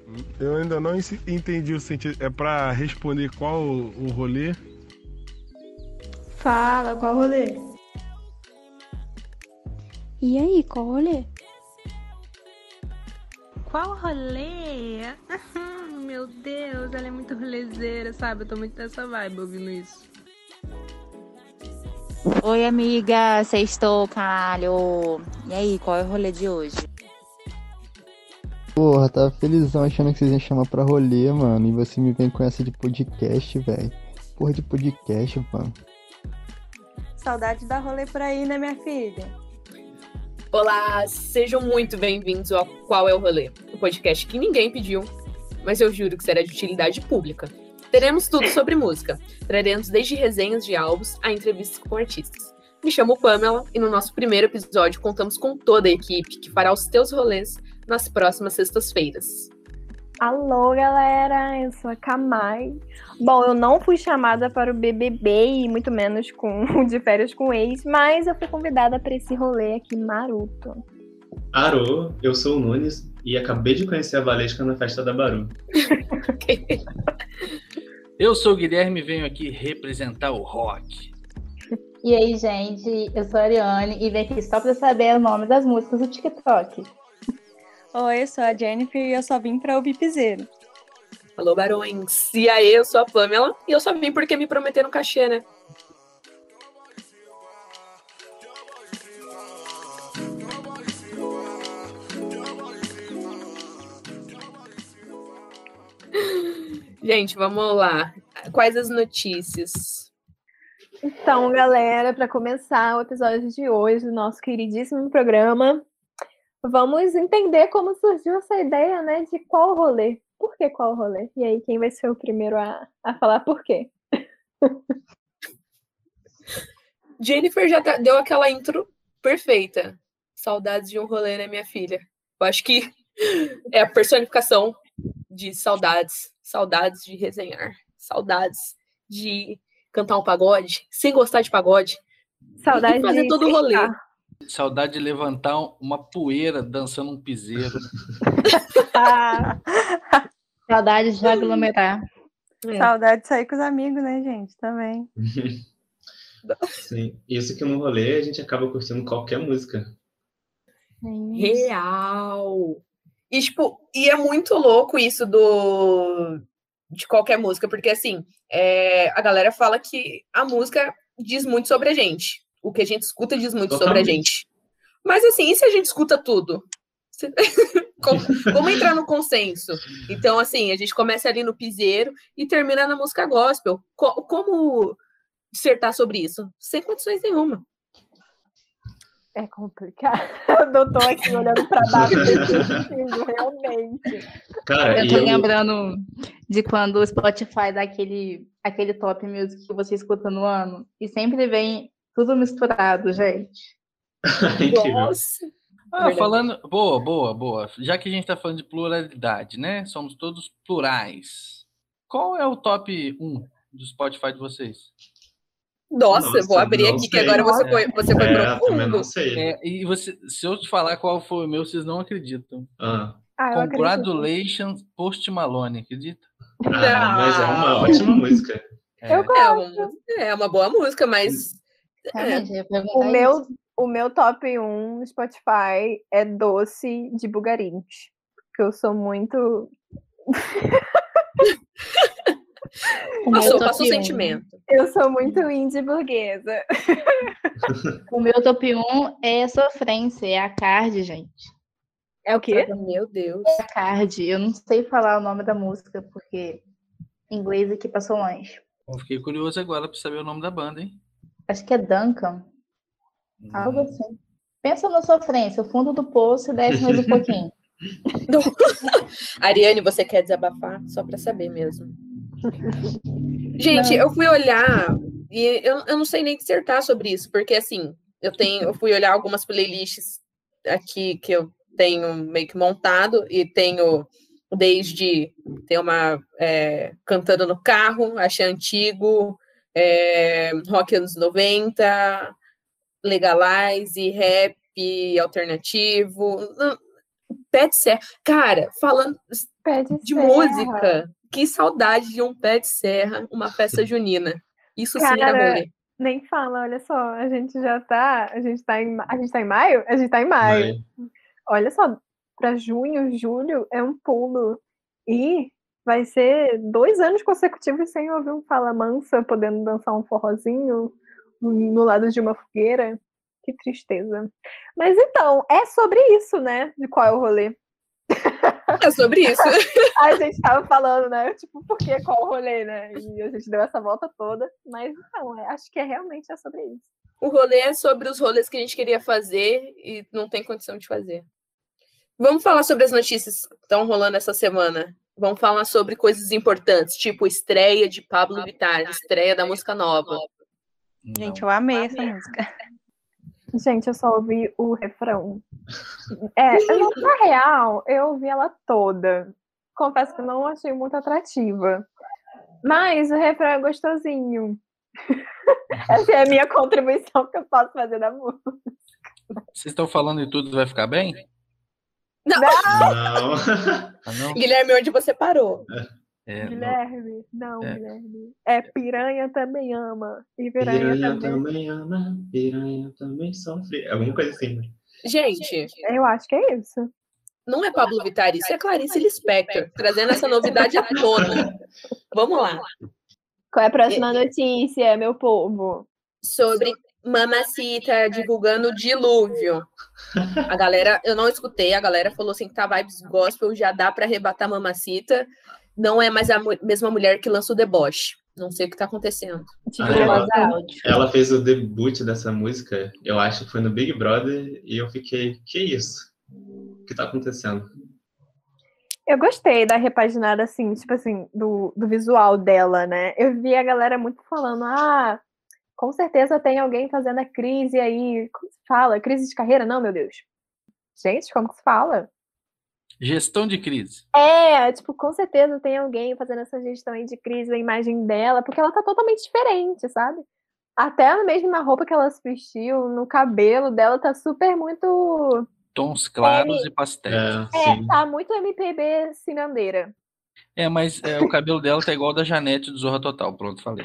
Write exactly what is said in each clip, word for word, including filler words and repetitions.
Eu ainda não ensi- entendi o sentido. É pra responder qual o, o rolê? Fala, qual rolê? E aí, qual o rolê? Qual rolê? Meu Deus, ela é muito rolezeira, sabe? Eu tô muito nessa vibe ouvindo isso. Oi, amiga, sextou, caralho. E aí, qual é o rolê de hoje? Porra, tava felizão achando que vocês iam chamar pra rolê, mano. E você me vem com essa de podcast, velho. Porra de podcast, mano. Saudade da rolê por aí, né, minha filha? Olá, sejam muito bem-vindos ao Qual é o Rolê, o podcast que ninguém pediu, mas eu juro que será de utilidade pública. Teremos tudo sobre música, traremos desde resenhas de álbuns a entrevistas com artistas. Me chamo Pamela e no nosso primeiro episódio contamos com toda a equipe que fará os teus rolês nas próximas sextas-feiras. Alô, galera, eu sou a Kamai. Bom, eu não fui chamada para o B B B e muito menos com o de férias com o ex, mas eu fui convidada para esse rolê aqui maroto. Arô, eu sou o Nunes e acabei de conhecer a Valesca na festa da Baru. Eu sou o Guilherme e venho aqui representar o rock. E aí, gente, eu sou a Ariane e venho aqui só pra saber o nome das músicas do TikTok. Oi, eu sou a Jennifer e eu só vim pra ouvir piseiro. Alô, barões! E aí, eu sou a Pamela e eu só vim porque me prometeram cachê, né? Gente, vamos lá. Quais as notícias? Então, galera, para começar o episódio de hoje do nosso queridíssimo programa, vamos entender como surgiu essa ideia, né, de qual rolê. Por que qual rolê? E aí, quem vai ser o primeiro a, a falar por quê? Jennifer já tá- deu aquela intro perfeita. Saudades de um rolê, né, minha filha? Eu acho que é a personificação de saudades. Saudades de resenhar. Saudades de cantar um pagode, sem gostar de pagode. Saudade E fazer de todo o rolê. fechar. Saudade de levantar uma poeira dançando um piseiro. Ah, Saudade de aglomerar. É. Saudade de sair com os amigos, né, gente? Também. Sim, isso que no rolê a gente acaba curtindo qualquer música. Real. E, tipo, e é muito louco isso do de qualquer música, porque assim, é, a galera fala que a música diz muito sobre a gente. O que a gente escuta diz muito sobre a Totalmente. gente. Mas assim, e se a gente escuta tudo? Se- como, como entrar no consenso? Então, assim, a gente começa ali no piseiro e termina na música gospel. Co- como dissertar sobre isso? Sem condições nenhuma. é complicado. Eu não tô aqui olhando pra baixo refletindo, realmente. Cara, Eu e tô eu, lembrando de quando o Spotify dá aquele, aquele top music que você escuta no ano e sempre vem tudo misturado, gente. incrível. Nossa. Ah, Verdade. falando. Boa, boa, boa. Já que a gente tá falando de pluralidade, né? Somos todos plurais. Qual é o top um do Spotify de vocês? Nossa, Nossa, vou abrir não aqui que sei. agora você É. foi, você foi É, também profundo. não sei. É, e você, se eu te falar qual foi o meu, vocês não acreditam. Ah, Ah, eu acredito. Congratulations, Post Malone, acredita? ah, mas é uma Não. ótima música. É. Eu É gosto. uma, música- é uma boa música, mas Realmente, eu ia O perguntar meu, isso. o meu top um no Spotify é Doce de Bugarins. Porque eu sou muito. O meu passou, top passou o um. sentimento. Eu sou muito indie burguesa. O meu top um é Sofrência, é a Card, gente. É o quê? Meu Deus. É a Card. Eu não sei falar o nome da música, porque em inglês aqui passou longe. Eu fiquei curioso agora pra saber o nome da banda, hein? Acho que é Duncan, algo assim. Pensa na Sofrência, o fundo do poço e desce mais um pouquinho. Ariane, você quer desabafar? Só pra saber mesmo. Gente, eu fui olhar e eu, eu não sei nem dissertar sobre isso, porque assim, eu tenho, eu fui olhar algumas playlists aqui que eu tenho meio que montado e tenho desde tem uma é, cantando no carro, achei antigo, é, rock anos noventa, legalize, rap alternativo, pé de serra. Cara, falando Pé de de serra. música, que saudade de um pé de serra, uma festa junina. Isso sim era Cara, rolê. nem fala, olha só, a gente já tá, a gente tá em, a gente tá em maio? A gente tá em maio. Vai. Olha só, pra junho, julho é um pulo. E vai ser dois anos consecutivos sem ouvir um Fala Mansa podendo dançar um forrozinho no lado de uma fogueira. Que tristeza. Mas então, é sobre isso, né? De qual é o rolê. É sobre isso. A gente tava falando, né? Tipo, por que qual o rolê, né? E a gente deu essa volta toda. Mas então, é, acho que é realmente é sobre isso. O rolê é sobre os rolês que a gente queria fazer e não tem condição de fazer. Vamos falar sobre as notícias que estão rolando essa semana. Vamos falar sobre coisas importantes, tipo estreia de Pablo Vittar, estreia da música nova. Gente, eu amei essa música. Gente, eu só ouvi o refrão. É, eu não, na real, eu ouvi ela toda. Confesso que não achei muito atrativa. Mas o refrão é gostosinho. Essa é a minha contribuição que eu posso fazer na música. Vocês estão falando e tudo vai ficar bem? Não. Não. Ah, não? Guilherme, onde você parou? É, não. Guilherme, não, É. Guilherme. É piranha também ama. E piranha, Piranha também. também ama, piranha também sofre. Alguma coisa assim. Gente, Eu acho que é isso. não é Pablo Vittar, isso é Clarice Lispector, trazendo essa novidade à tona. Vamos lá. Qual é a próxima notícia, meu povo? Sobre Mamacita divulgando o Dilúvio. A galera, eu não escutei, a galera falou assim que tá vibes gospel, já dá pra arrebatar Mamacita. Não é mais a mu- mesma mulher que lança o deboche. Não sei o que tá acontecendo. Tipo, Ah, ela, áudio. ela fez o debut dessa música, eu acho que foi no Big Brother, e eu fiquei, que isso? O que tá acontecendo? eu gostei da repaginada, assim, tipo assim, do, do visual dela, né? Eu vi a galera muito falando, ah, com certeza tem alguém fazendo a crise aí. Como se fala? Crise de carreira? Não, meu Deus. Gente, como que se fala? Gestão de crise. É, tipo, com certeza tem alguém fazendo essa gestão aí de crise da imagem dela, porque ela tá totalmente diferente, sabe? Até mesmo na roupa que ela se vestiu, no cabelo dela, tá super muito. Tons claros É, e pastéis. É, É, sim. tá muito M P B cirandeira. É, mas é, o cabelo dela tá igual ao da Janete do Zorra Total. Pronto, falei.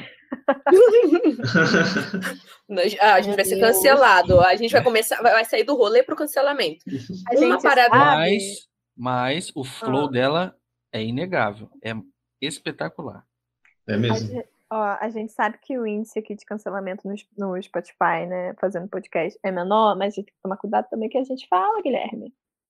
Ah, a gente vai ser cancelado. A gente vai começar, vai vai sair do rolê pro cancelamento. A Uma gente parada. sabe- Mas, mas o flow Ah. dela é inegável. É espetacular. É A mesmo? gente, ó, a gente sabe que o índice aqui de cancelamento no, no Spotify, né, fazendo podcast, é menor, mas a gente tem que tomar cuidado também que a gente fala, Guilherme.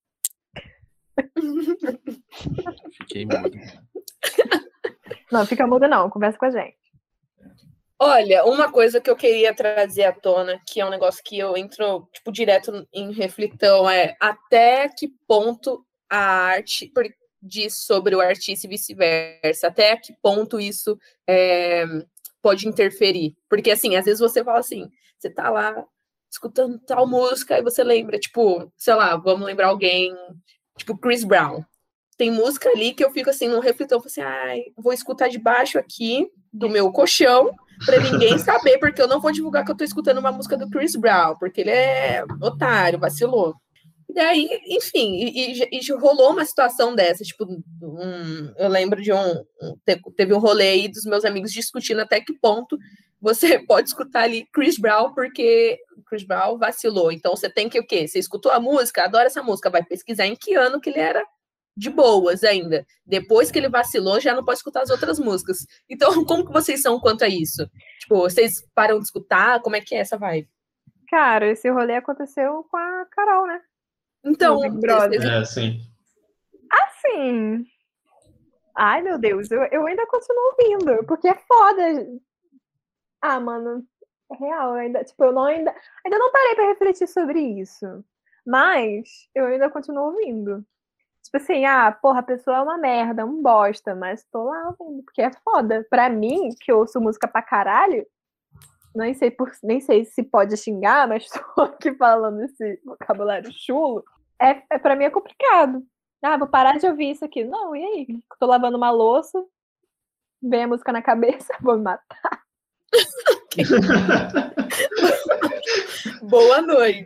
Fiquei mudo. Não, fica muda não, conversa com a gente. Olha, uma coisa que eu queria trazer à tona, que é um negócio que eu entro, tipo, direto em reflexão, é até que ponto a arte por- diz sobre o artista e vice-versa, até que ponto isso é, pode interferir. Porque, assim, às vezes você fala assim, você tá lá escutando tal música e você lembra, tipo, sei lá, vamos lembrar alguém, tipo, Chris Brown. Tem música ali que eu fico assim, num refletão, assim, ai, vou escutar debaixo aqui do meu colchão, pra ninguém saber, porque eu não vou divulgar que eu tô escutando uma música do Chris Brown, porque ele é otário, vacilou. E daí, enfim, e, e- e rolou uma situação dessa, tipo, um- eu lembro de um, um- te- teve um rolê aí dos meus amigos discutindo até que ponto você pode escutar ali Chris Brown, porque Chris Brown vacilou. Então você tem que o quê? Você escutou a música, adora essa música, vai pesquisar em que ano que ele era de boas ainda. Depois que ele vacilou, já não pode escutar as outras músicas. Então, como que vocês são quanto a isso? Tipo, vocês param de escutar? Como é que é essa vibe? Cara, esse rolê aconteceu com a Carol, né? Então, No Big Brother. vocês- É, sim. Assim. Ai, meu Deus, eu, eu ainda continuo ouvindo, porque é foda. Ah, mano, é real, eu ainda, tipo, eu não ainda, ainda não parei pra refletir sobre isso. Mas eu ainda continuo ouvindo. Tipo assim, ah, porra, a pessoa é uma merda, um bosta, mas tô lá ouvindo, porque é foda. Pra mim, que eu ouço música pra caralho, nem sei, por, nem sei se pode xingar, mas tô aqui falando esse vocabulário chulo, é, é, pra mim é complicado. Ah, vou parar de ouvir isso aqui. Não, e aí? Tô lavando uma louça, vem a música na cabeça, vou me matar. Boa noite.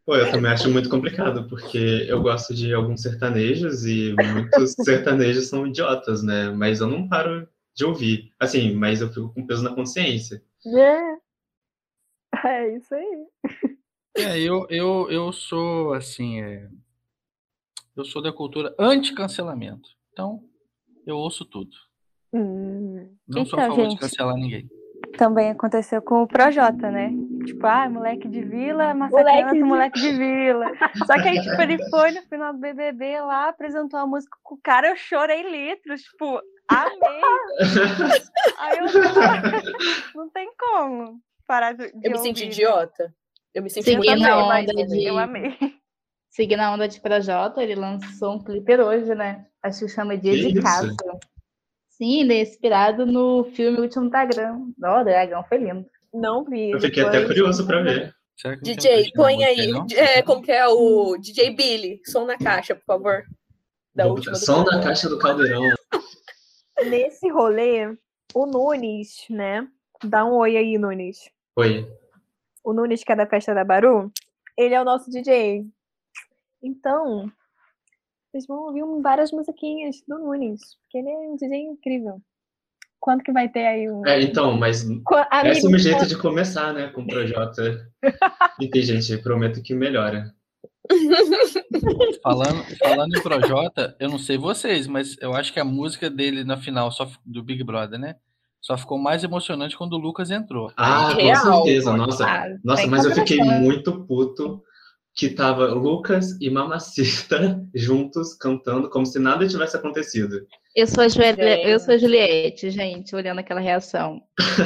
Pô, eu também acho muito complicado, porque eu gosto de alguns sertanejos e muitos sertanejos são idiotas, né? Mas eu não paro de ouvir. Assim, mas eu fico com peso na consciência. É, é isso aí. É, eu, eu, eu sou, assim, é, eu sou da cultura anti-cancelamento. Então, eu ouço tudo. Hum. Não sou a Então, favor de gente. cancelar ninguém. Também aconteceu com o Projota, né? Tipo, ah, moleque de vila, massacrando Moleque outro de- moleque de vila. Só que aí, tipo, ele foi no final do B B B lá, apresentou a música com o cara, eu chorei litros, tipo, amei. Aí eu não tem como parar de, de Eu me ouvir, senti né? idiota. Eu me senti Seguindo idiota. a mas onda de. Eu amei. Seguindo a onda de Projota, ele lançou um clipe hoje, né? Acho que chama Dia Que de isso? Casa. Sim, ele é inspirado no filme O Último Dragão. Ó, o Dragão foi lindo. Não vi. Eu fiquei até depois- curioso pra ver. Será que não tem um D J, trecho da põe música aí. não? É, como que é o D J Billy? Som na caixa, por favor. Da Vou última botar do som na Caldeirão. caixa do caldeirão. Nesse rolê, o Nunes, né? Dá um oi aí, Nunes. Oi. O Nunes, que é da Festa da Baru, ele é o nosso D J. Então, vocês vão ouvir várias musiquinhas do Nunes, porque ele é um D J incrível. Quanto que vai ter aí um. É, então, mas Qua- Amigo, péssimo jeito de começar, né, com o Projota. Enfim, gente, prometo que melhora. Falando, falando em Projota, eu não sei vocês, mas eu acho que a música dele na final só, f- do Big Brother, né? Só ficou mais emocionante quando o Lucas entrou. Ah, com Real. certeza. Nossa, Ah, nossa, sem mas eu fiquei comparação. muito puto que tava Lucas e Mamacita juntos cantando como se nada tivesse acontecido. Eu sou a, Juliette, Gente. eu sou a Juliette, gente, olhando aquela reação.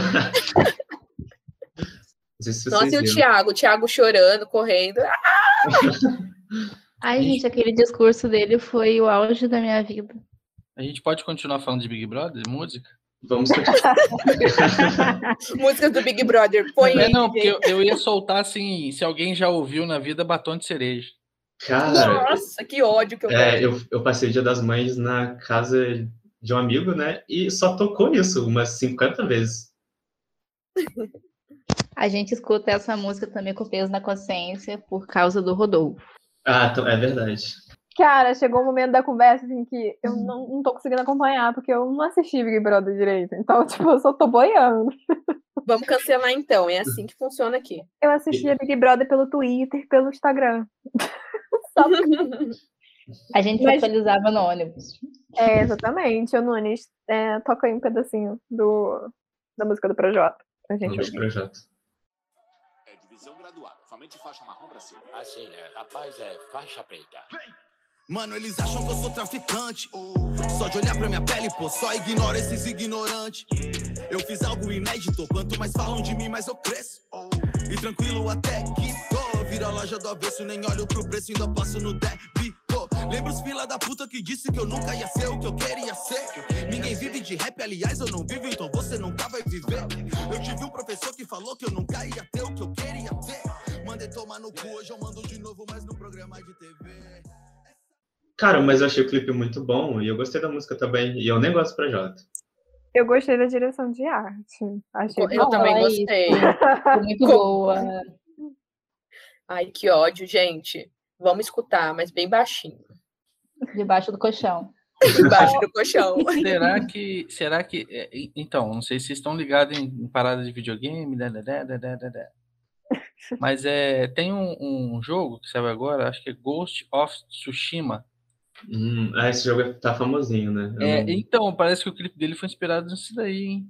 Não sei se Nossa, vocês e o viram. Thiago? O Thiago chorando, correndo. Ai, gente, aquele discurso dele foi o auge da minha vida. A gente pode continuar falando de Big Brother, de música? Vamos continuar. Músicas do Big Brother. Põe É, aí, não, porque D J. eu, eu ia soltar assim, se alguém já ouviu na vida, batom de cereja. Cara, Nossa, que ódio que eu é, tenho. eu, eu passei o Dia das Mães na casa de um amigo, né? E só tocou isso umas cinquenta vezes. A gente escuta essa música também com peso na consciência por causa do Rodolfo. Ah, então, é verdade. Cara, chegou um momento da conversa assim que eu não, não tô conseguindo acompanhar, porque eu não assisti Big Brother direito. Então, tipo, eu só tô boiando. Vamos cancelar então. É assim que funciona aqui. Eu assistia Big Brother pelo Twitter, pelo Instagram. Só porque... A gente Mas- se atualizava no ônibus. É, exatamente. O Nunes é, toca aí um pedacinho do, da música do Projota. Pra gente Vamos ouvir. projeto. É divisão graduada, somente faixa marrom pra cima. Assim, é, rapaz, é faixa preta. Mano, eles acham que eu sou traficante. Só de olhar pra minha pele, pô, só ignora esses ignorantes. Eu fiz algo inédito, quanto mais falam de mim, mais eu cresço. E tranquilo até que tô. Vira a loja do avesso, nem olho pro preço, ainda passo no débito. Lembra os fila da puta que disse que eu nunca ia ser o que eu queria ser? Ninguém vive de rap, aliás, eu não vivo, então você nunca vai viver. Eu tive um professor que falou que eu nunca ia ter o que eu queria ter. Mandei tomar no cu, hoje eu mando de novo, mas no programa de T V. Cara, mas eu achei o clipe muito bom e eu gostei da música também. E eu nem gosto do Projota. Eu gostei da direção de arte. Achei Eu bom. também é gostei. Foi muito Com- boa. Ai, que ódio, gente. Vamos escutar, mas bem baixinho. Debaixo do colchão. Embaixo do colchão. Será que. Será que. é, e- Então, não sei se vocês estão ligados em, em parada de videogame. Né, né, né, né, né, né. Mas é, tem um, um jogo que saiu agora, acho que é Ghost of Tsushima. Hum, ah, esse jogo tá famosinho, né? Eu É, não- então, parece que o clipe dele foi inspirado nisso daí, hein?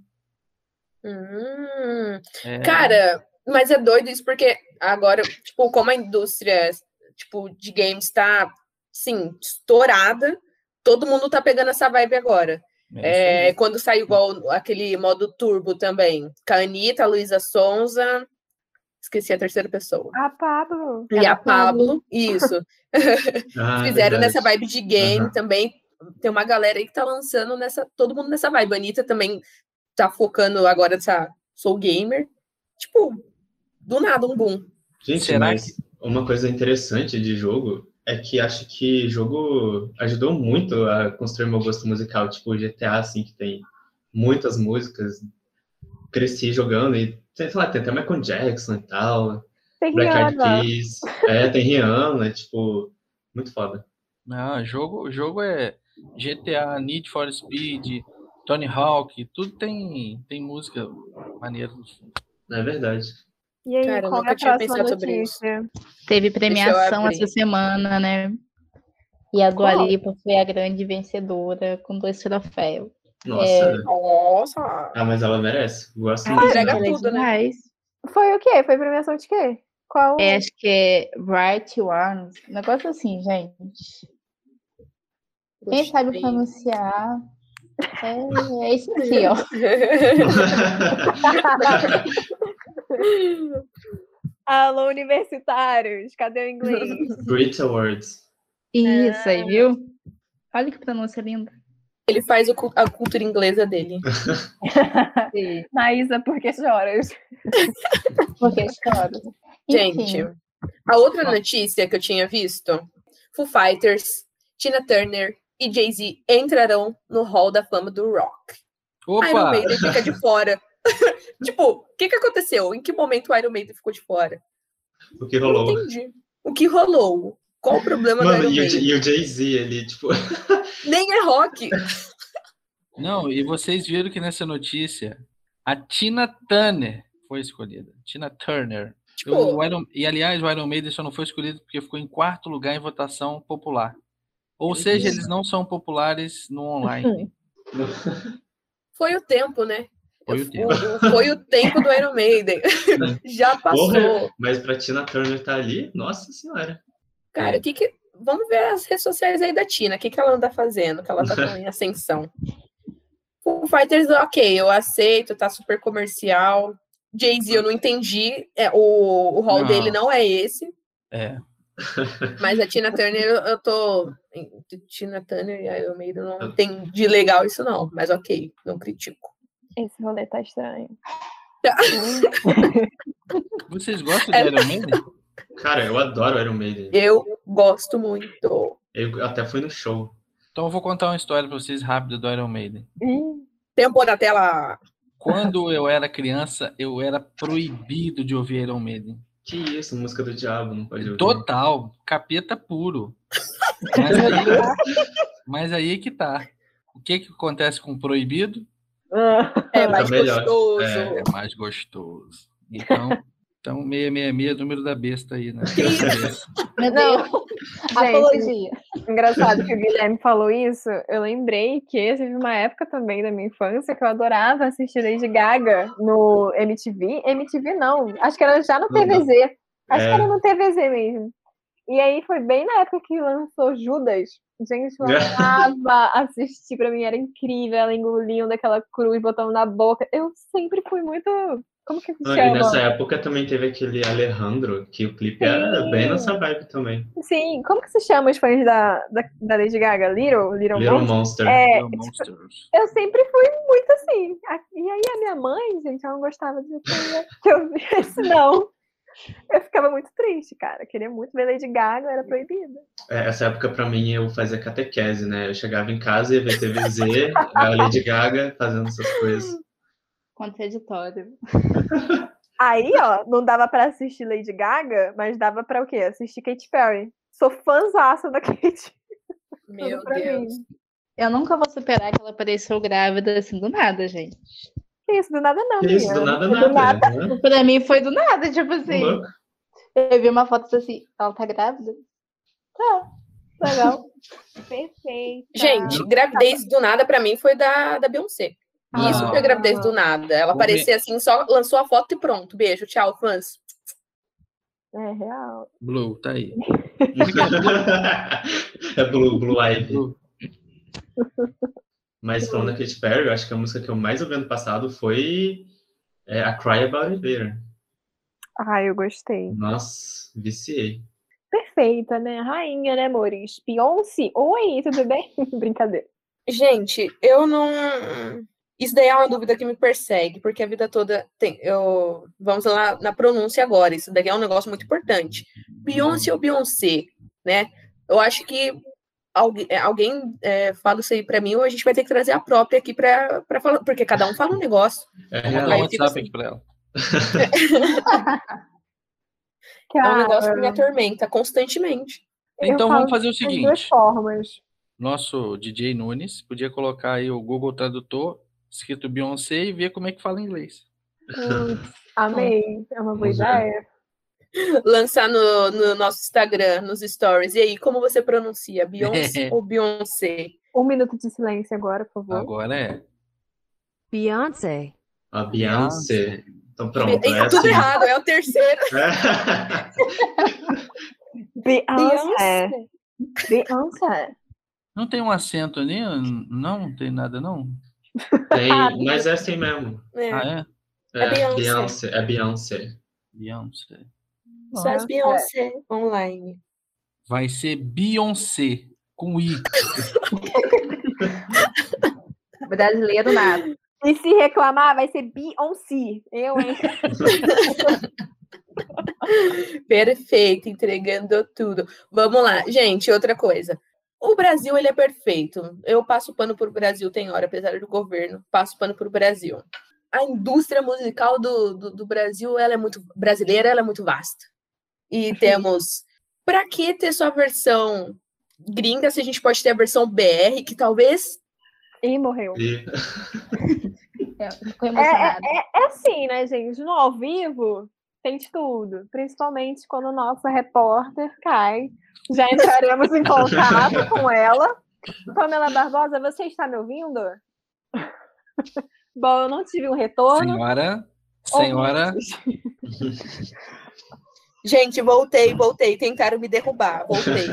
Hum, É, Cara, mas é doido isso porque agora, tipo, como a indústria, tipo, de games tá, sim, estourada, todo mundo tá pegando essa vibe agora. é É, isso aí. quando saiu igual aquele modo turbo também, com a Anitta, a Luísa Sonza, esqueci a terceira pessoa. A Pablo. E a Pablo, isso. Ah, Fizeram verdade. nessa vibe de game Aham. também. Tem uma galera aí que tá lançando nessa, todo mundo nessa vibe. A Anitta também tá focando agora nessa Soul Gamer. Tipo, do nada, um boom. Gente, Será mas uma coisa interessante de jogo é que acho que jogo ajudou muito a construir meu gosto musical. Tipo, o G T A, assim, que tem muitas músicas. Cresci jogando e, sei lá, tem até Michael Jackson e tal. Tem Black Eyed Rihanna. Peas. É, tem Rihanna, tipo, muito foda. Não, jogo, jogo é G T A, Need for Speed, Tony Hawk, tudo tem, tem música maneira. É verdade. E aí, Cara, eu qual é nunca a tinha próxima pensado sobre isso. notícia? Teve premiação abrir. essa semana, né? E a Dua Qual? Lipa foi a grande vencedora com dois troféus. Nossa. Nossa! Ah, mas ela merece. Gosto Ai, muito gente, entrega dela. ela é tudo, né? demais. Foi o quê? Foi premiação de quê? Qual? É, acho que é Right Ones. Um negócio assim, gente. Quem sabe Gostei. pronunciar é, é isso aqui, ó. Alô, universitários, cadê o inglês? Brit Awards. Isso aí, viu? Olha que pronúncia linda. Ele faz o cu- a cultura inglesa dele. Maísa, por que choras? Porque chora. Gente, Enfim, a outra notícia que eu tinha visto, Foo Fighters, Tina Turner e Jay-Z entrarão no Hall da Fama do Rock. Iron Opa! Maiden fica de fora. Tipo, o que que aconteceu? Em que momento o Iron Maiden ficou de fora? O que Não rolou? entendi. O que rolou? Qual o problema do Mano, Iron e o, Maiden? e o Jay-Z, ele, tipo... Nem é rock. Não, e vocês viram que nessa notícia a Tina Turner foi escolhida. Tina Turner. Tipo, O Iron- e aliás, o Iron Maiden só não foi escolhido porque ficou em quarto lugar em votação popular. Ou seja, eles não são populares no online. foi o tempo, né? Foi o tempo. O- foi o tempo do Iron Maiden. Já passou. Porra, mas pra Tina Turner tá ali, nossa senhora. Cara, o que que... Vamos ver as redes sociais aí da Tina. O que que ela anda fazendo? Que ela tá tão em ascensão. Foo Fighters, ok, eu aceito, tá super comercial. Jay-Z, eu não entendi. É, o, o hall Não. dele não é esse. É. Mas a Tina Turner, eu, eu tô... Tina Turner e Iron Maiden, eu não entendi legal isso não. Mas ok, não critico. Esse rolê tá estranho. Vocês gostam É. de Iron Maiden? Cara, eu adoro Iron Maiden. Eu gosto muito. Eu até fui no show. Então eu vou contar uma história pra vocês rápida do Iron Maiden. Tempo na tela. Quando eu era criança, eu era proibido de ouvir Iron Maiden. Que isso, música do diabo, não pode ouvir. Total, capeta puro. Mas aí, mas aí é que tá. O que que acontece com o proibido? É mais melhor. gostoso. É. É mais gostoso. Então, então seiscentos e sessenta e seis é o número da besta aí, né? meu Não. Deus. Apologia. Engraçado que o Guilherme falou isso. Eu lembrei que teve uma época também da minha infância que eu adorava assistir Lady Gaga no M T V. M T V não, acho que era já no T V Z. Acho É. que era no T V Z mesmo. E aí foi bem na época que lançou Judas. Gente, eu amava assistir, pra mim era incrível. Ela engolindo daquela cruz, botando na boca. Eu sempre fui muito. Como que se Ah, e chama? nessa época também teve aquele Alejandro, que o clipe era Sim. bem nessa vibe também. Sim, como que se chama os fãs da, da, da Lady Gaga? Little? Little, Little Monster? Monster. É, Little Monsters. eu sempre fui muito assim. A- E aí a minha mãe, gente, ela não gostava de que eu, que eu visse, não. Eu ficava muito triste, cara. Queria muito ver Lady Gaga, era proibida. É, essa época pra mim eu fazia catequese, né? Eu chegava em casa e ia ver T V Z, a Lady Gaga fazendo essas coisas. Contraditório. Aí, ó, não dava pra assistir Lady Gaga, mas dava pra o quê? Assistir Katy Perry. Sou fãzaça da Katy. Meu Pra Deus. mim. Eu nunca vou superar que ela apareceu grávida assim do nada, gente. Que isso, do nada não, Que isso, do menina. nada Do nada. né? Pra mim foi do nada, tipo assim. Louco. Eu vi uma foto assim, ela tá grávida? Tá, legal. Perfeito. Gente, gravidez do nada pra mim foi da, da Beyoncé. Ah. Isso foi gravidez do nada. Ela Vou ver. aparecia assim, só lançou a foto e pronto. Beijo, tchau, fãs. É real. Blue, tá aí. É Blue, Blue Ivy. Blue. Mas falando da Katy Perry, eu acho que a música que eu mais ouvi ano passado foi é, a Cry About It Later. Ah, eu gostei. Nossa, viciei. Perfeita, né? Rainha, né, amores? Beyoncé, oi, tudo bem? Brincadeira. Gente, eu não. Isso daí é uma dúvida que me persegue, porque a vida toda tem. Eu... Vamos lá na pronúncia agora. Isso daqui é um negócio muito importante. Beyoncé ou Beyoncé, né? Eu acho que alguém, alguém é, fala isso aí pra mim, ou a gente vai ter que trazer a própria aqui pra, pra falar, porque cada um fala um negócio. É, Vou mandar Aí um eu fico WhatsApp assim. aqui pra ela. É um Cara, negócio que me atormenta constantemente. eu Então falo vamos fazer o das duas seguinte. formas. Nosso D J Nunes podia colocar aí o Google Tradutor, escrito Beyoncé, e ver como é que fala inglês. Putz, amei. É uma boa Vamos ver. ideia. Lançar no, no nosso Instagram, nos stories. E aí, como você pronuncia? Beyoncé ou Beyoncé? Um minuto de silêncio agora, por favor. Agora é. Beyoncé. A Beyoncé. Então pronto, Be- é Tudo assim. errado, é o terceiro. Beyoncé. Beyoncé. Não tem um acento ali? Não, não tem nada, não? Tem, mas é assim mesmo. É. Ah, é? É, É Beyoncé. Beyoncé. É Beyoncé. Beyoncé. Só as Beyoncé online. Vai ser Beyoncé, com I. Brasileiro nada. E se reclamar, vai ser Beyoncé. Eu, hein? Perfeito, entregando tudo. Vamos lá, gente, outra coisa. O Brasil, ele é perfeito. Eu passo pano pro Brasil, tem hora, apesar do governo, passo pano pro Brasil. A indústria musical do, do, do Brasil, ela é muito brasileira, ela é muito vasta. E temos, pra que ter só a versão gringa, se a gente pode ter a versão B R, que talvez... Ih, morreu. E... É, fico É, emocionada. é, é assim, né, gente? No ao vivo tem de tudo. Principalmente quando o nosso repórter cai. Já entraremos em contato com ela. Pamela Barbosa, você está me ouvindo? Bom, eu não tive um retorno. Senhora, senhora, Gente, voltei, voltei. Tentaram me derrubar, voltei.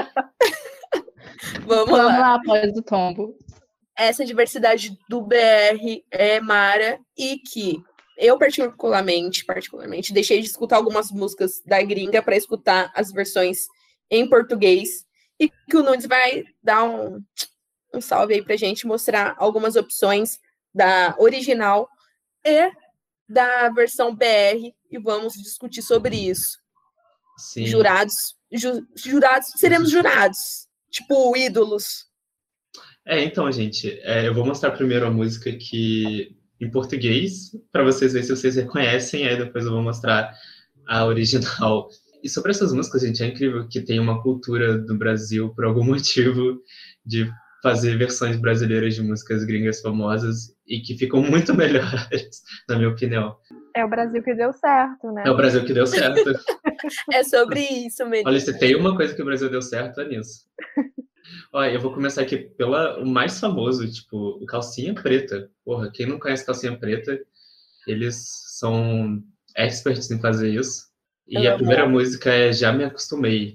Vamos Vamos lá. lá após o tombo. Essa diversidade do B R é mara e que eu particularmente, particularmente, deixei de escutar algumas músicas da gringa para escutar as versões em português e que o Nunes vai dar um, um salve aí pra gente, mostrar algumas opções da original e da versão B R e vamos discutir sobre isso. Sim. Jurados, ju, jurados, seremos jurados, tipo ídolos. É, então, gente, é, eu vou mostrar primeiro a música que em português, para vocês verem se vocês reconhecem, aí depois eu vou mostrar a original. E sobre essas músicas, gente, é incrível que tem uma cultura do Brasil, por algum motivo, de fazer versões brasileiras de músicas gringas famosas e que ficam muito melhores, na minha opinião. É o Brasil que deu certo, né? É o Brasil que deu certo. É sobre isso, menino. Olha, se tem uma coisa que o Brasil deu certo, é nisso. Olha, eu vou começar aqui pelo mais famoso, tipo, o Calcinha Preta. Porra, quem não conhece Calcinha Preta, eles são experts em fazer isso. E Eu a primeira amo. música é Já Me Acostumei.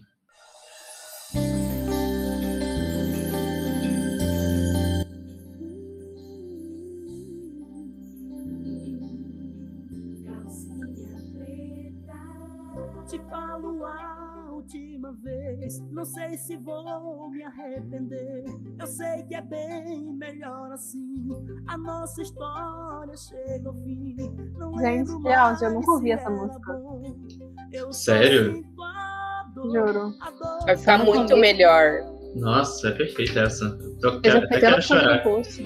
Te falo a última vez, não sei se vou me arrepender. Eu sei que é bem melhor assim. A nossa história chega ao fim. Não Gente, lembro que áudio, eu mais nunca ouvi se essa era música. bom. Eu só Sério? sinto a dor, Juro. a dor. Vai ficar muito melhor. Nossa, é perfeita essa. Eu Eu quero, já até fiz ela quero chorar. no post.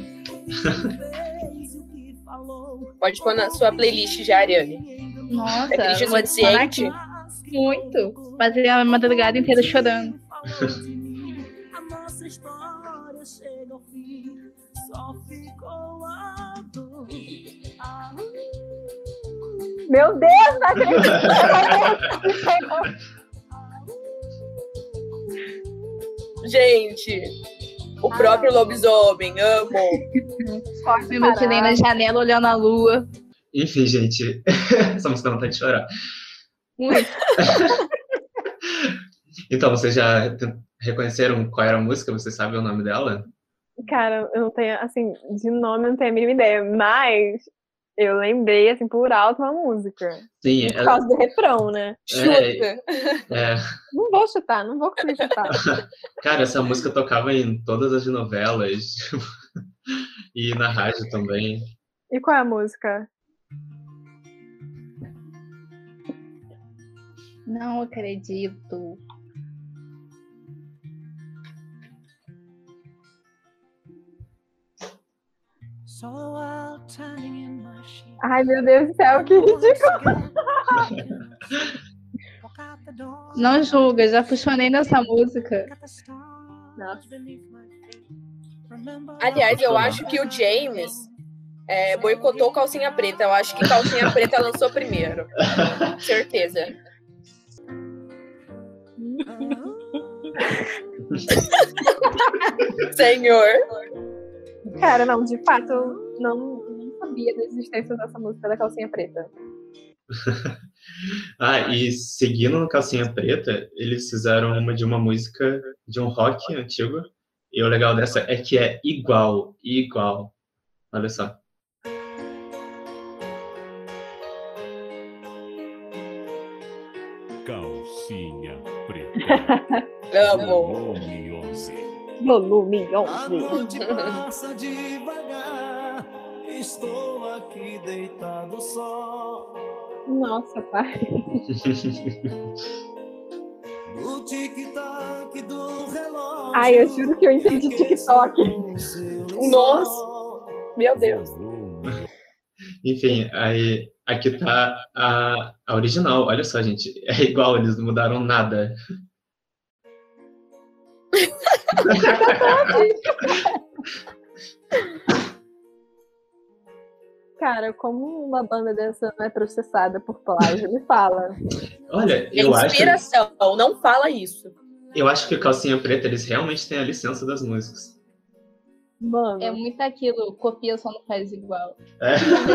Pode pôr na sua playlist já, Ariane. Nossa, É triste o vou adicionar suficiente? aqui. Muito. Passei a madrugada inteira chorando. A nossa história chega ao fim, só ficou a dor. Ah, Meu Deus, não acredito. Gente, o próprio lobisomem, amo. Me imaginei na janela olhando a lua. Enfim, gente, essa música não tá de chorar. Muito. Então, vocês já te- reconheceram qual era a música? Vocês sabem o nome dela? Cara, eu não tenho, assim, de nome eu não tenho a mínima ideia, mas eu lembrei, assim, por alto uma música. Sim, Por é- causa do refrão, né? É, é, Não vou chutar, não vou conseguir chutar. cara, essa música tocava em todas as novelas e na rádio também. E qual é a música? Não acredito. Ai, meu Deus do céu, que ridículo. Não julga, já funcionei nessa música. Nossa. Aliás, eu acho que o James é, boicotou Calcinha Preta. Eu acho que Calcinha Preta lançou primeiro. Certeza. Senhor. Cara, não, de fato, eu não, não sabia da existência dessa música da Calcinha Preta. Ah, e seguindo no Calcinha Preta, eles fizeram uma de uma música de um rock antigo. E o legal dessa é que é igual, igual. Olha só. Calcinha Preta. Amo. Volume onze. Volume A onze. noite passa devagar. Estou aqui deitado só. Nossa, pai. No tic-tac do relógio. Ai, eu juro que eu entendi TikTok. Nossa. Meu Deus. Enfim, aí aqui tá a, a original. Olha só, gente. É igual, eles não mudaram nada. Cara, como uma banda dessa não é processada por plágio? Me fala. Olha, É eu acho, inspiração, não fala isso. eu acho que o Calcinha Preta, eles realmente têm a licença das músicas. Mano. É muito aquilo, copia só não faz igual. É.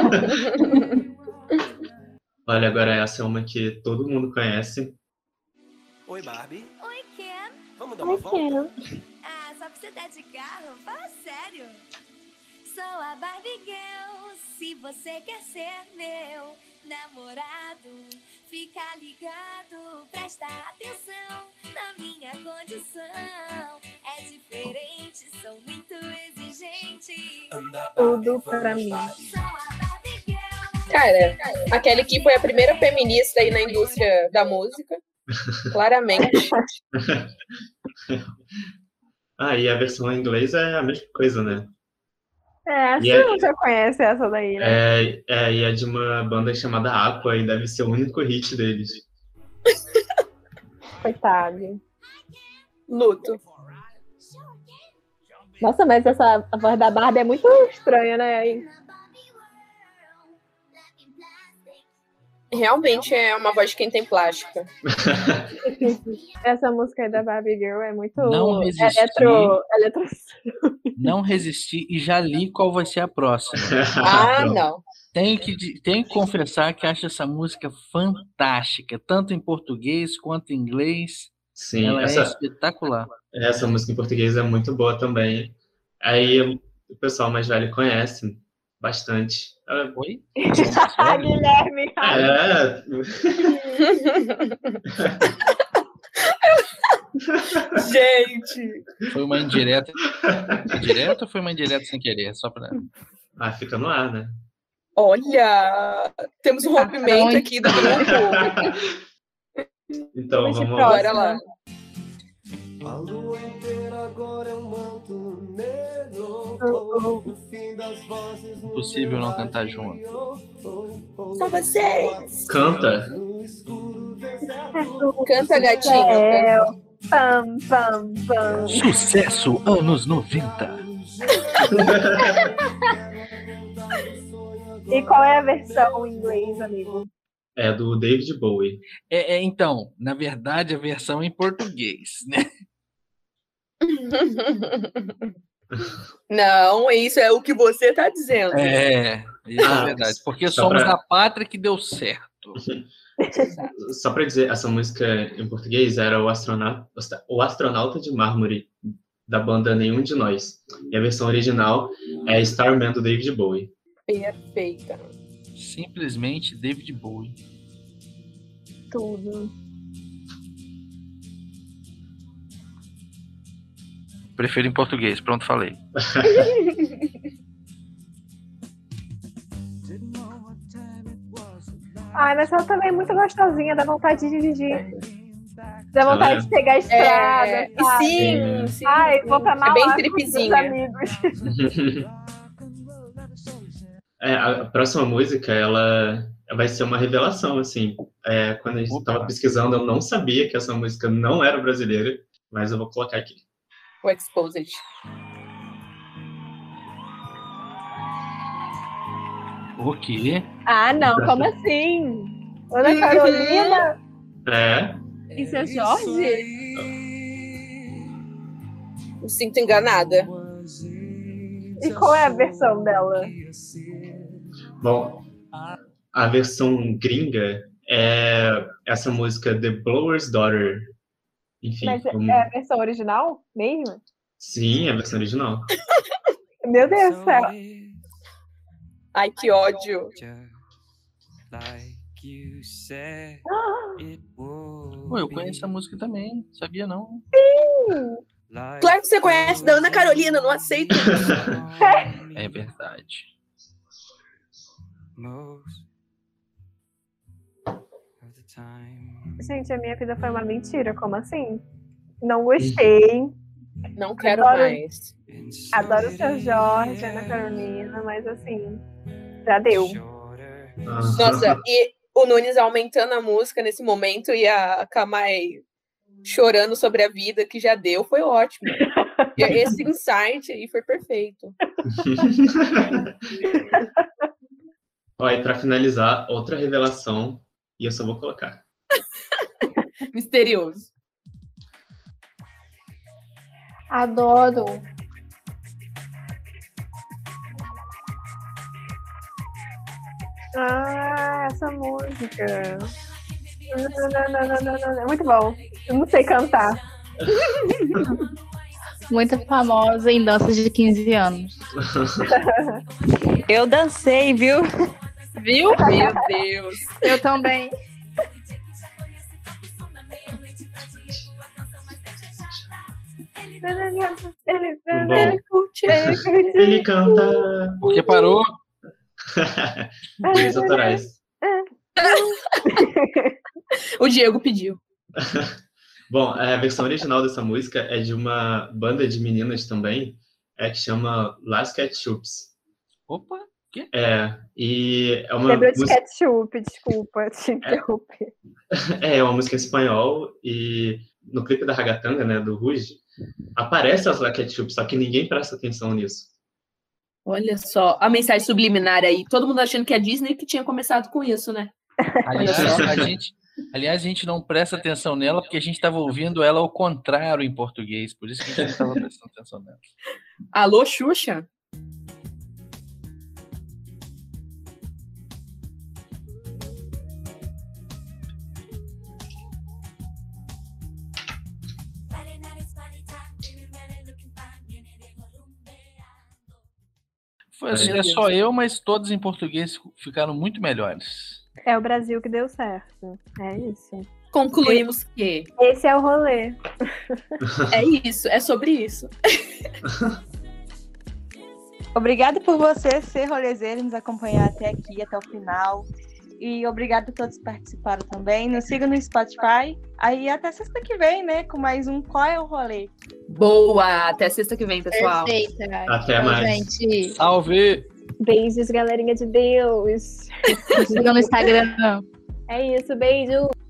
Olha, agora essa é uma que todo mundo conhece. Oi, Barbie. Oi, Ken. Vamos dar uma Ai, volta? Ken. Ah, só pra você tá de carro? Fala sério. Sou a Barbie Girl. Se você quer ser meu namorado, fica ligado, presta atenção na minha condição. É diferente, sou muito exigente. Tudo pra mim. Sou a Barbie Girl. Cara, a Kelly Key foi a primeira feminista aí na indústria da música. Claramente. Ah, e a versão em inglês é a mesma coisa, né? É, E você é- não já conhece essa daí, né? É, é, e é de uma banda chamada Aqua e deve ser o único hit deles. Coitado. Luto. Nossa, mas essa a voz da Barbie é muito estranha, né? Realmente é uma voz de quem tem plástica. Essa música aí da Barbie Girl é muito Não resisti. eletro, eletro... Não resisti e já li qual vai ser a próxima. Ah, não. Tenho que, di- tenho que confessar que acho essa música fantástica, tanto em português quanto em inglês. Sim, Ela essa, é espetacular. essa música em português é muito boa também. Aí o pessoal mais velho conhece bastante. Ela- Oi? Ah, Guilherme, cara. É, Gente. Foi uma indireta. Indireta ou foi uma indireta sem querer? Só pra... ah, fica no ar, né? Olha, temos um rompimento aqui do grupo. Então, Vamos de vamos próxima. Bora lá. A lua inteira agora é um manto negro. O fim das vozes. Impossível não cantar junto. Só vocês. Canta. Canta, gatinho. É, pam, pam, pam. Sucesso anos noventa. E qual é a versão em inglês, amigo? É do David Bowie. É, é, então, na verdade, a versão é em português, né? Não, isso é o que você tá dizendo. É, isso Ah, é verdade. Porque só somos pra- a pátria que deu certo. Só pra dizer, essa música em português era o astronauta, o astronauta de Mármore, da banda Nenhum de Nós. E a versão original é Starman, do David Bowie. Perfeita. Simplesmente David Bowie. Tudo. Prefiro em português, pronto, falei. Ai, mas ela também é muito gostosinha, dá vontade de dirigir. Dá vontade vendo? de pegar a estrada. É, sabe? sim, sim. Ai, vou pra É bem Mauá com os tripezinha. amigos. É, a próxima música, ela, vai ser uma revelação, assim. É, quando a gente estava pesquisando, eu não sabia que essa música não era brasileira, mas eu vou colocar aqui. O Exposed. O quê? Ah, não, como assim? Ana Carolina É. e seu Jorge? Me sinto enganada. E qual é a versão dela? Bom, a versão gringa é essa música The Blower's Daughter. Enfim. Mas um... é a versão original mesmo? Sim, é a versão original. Meu Deus do céu. Ai, que ódio. Pô, eu conheço a música também, sabia não? Sim! Claro que você conhece da Ana Carolina, não aceito. É verdade. Gente, a minha vida foi uma mentira, como assim? Não gostei. Não quero Adoro- mais. Adoro o seu Jorge, Ana Carolina, mas assim, já deu. Nossa, e o Nunes aumentando a música nesse momento e a Kamai chorando sobre a vida que já deu, foi ótimo. E esse insight aí foi perfeito. Ó, e pra finalizar, outra revelação, e eu só vou colocar. Misterioso. Adoro. Ah, essa música. Não, não, não, não, não, não, não. Muito bom. Eu não sei cantar. Muito famosa em danças de quinze anos. Eu dancei, viu? Viu? Meu Deus. Eu também. Ele, Bom, ele canta. Por que parou? Direitos autorais. O Diego pediu. Bom, a versão original dessa música é de uma banda de meninas também, é que chama Las Ketchups. Opa, quê? É, e é uma Lembrou de música, ketchup, desculpa, te interrompi. é, é uma música em espanhol e no clipe da Ragatanga, né, do Ruge, aparece as Las Ketchups, só que ninguém presta atenção nisso. Olha só, a mensagem subliminar aí. Todo mundo achando que é a Disney que tinha começado com isso, né? Aliás, a gente, aliás, a gente não presta atenção nela porque a gente estava ouvindo ela ao contrário em português, por isso que a gente não estava prestando atenção nela. Alô, Xuxa? Foi assim, é só eu, mas todos em português ficaram muito melhores. É o Brasil que deu certo. É isso. Concluímos que Esse é o rolê. é isso, é sobre isso. Obrigada por você ser rolezeiro e nos acompanhar até aqui, até o final. E obrigado a todos que participaram também. Nos siga no Spotify. Aí até sexta que vem, né? Com mais um Qual é o Rolê? Boa! Até sexta que vem, pessoal. Perfeita. Até Tchau, mais. gente. Salve! Beijos, galerinha de Deus. Siga no Instagram. É isso, beijo.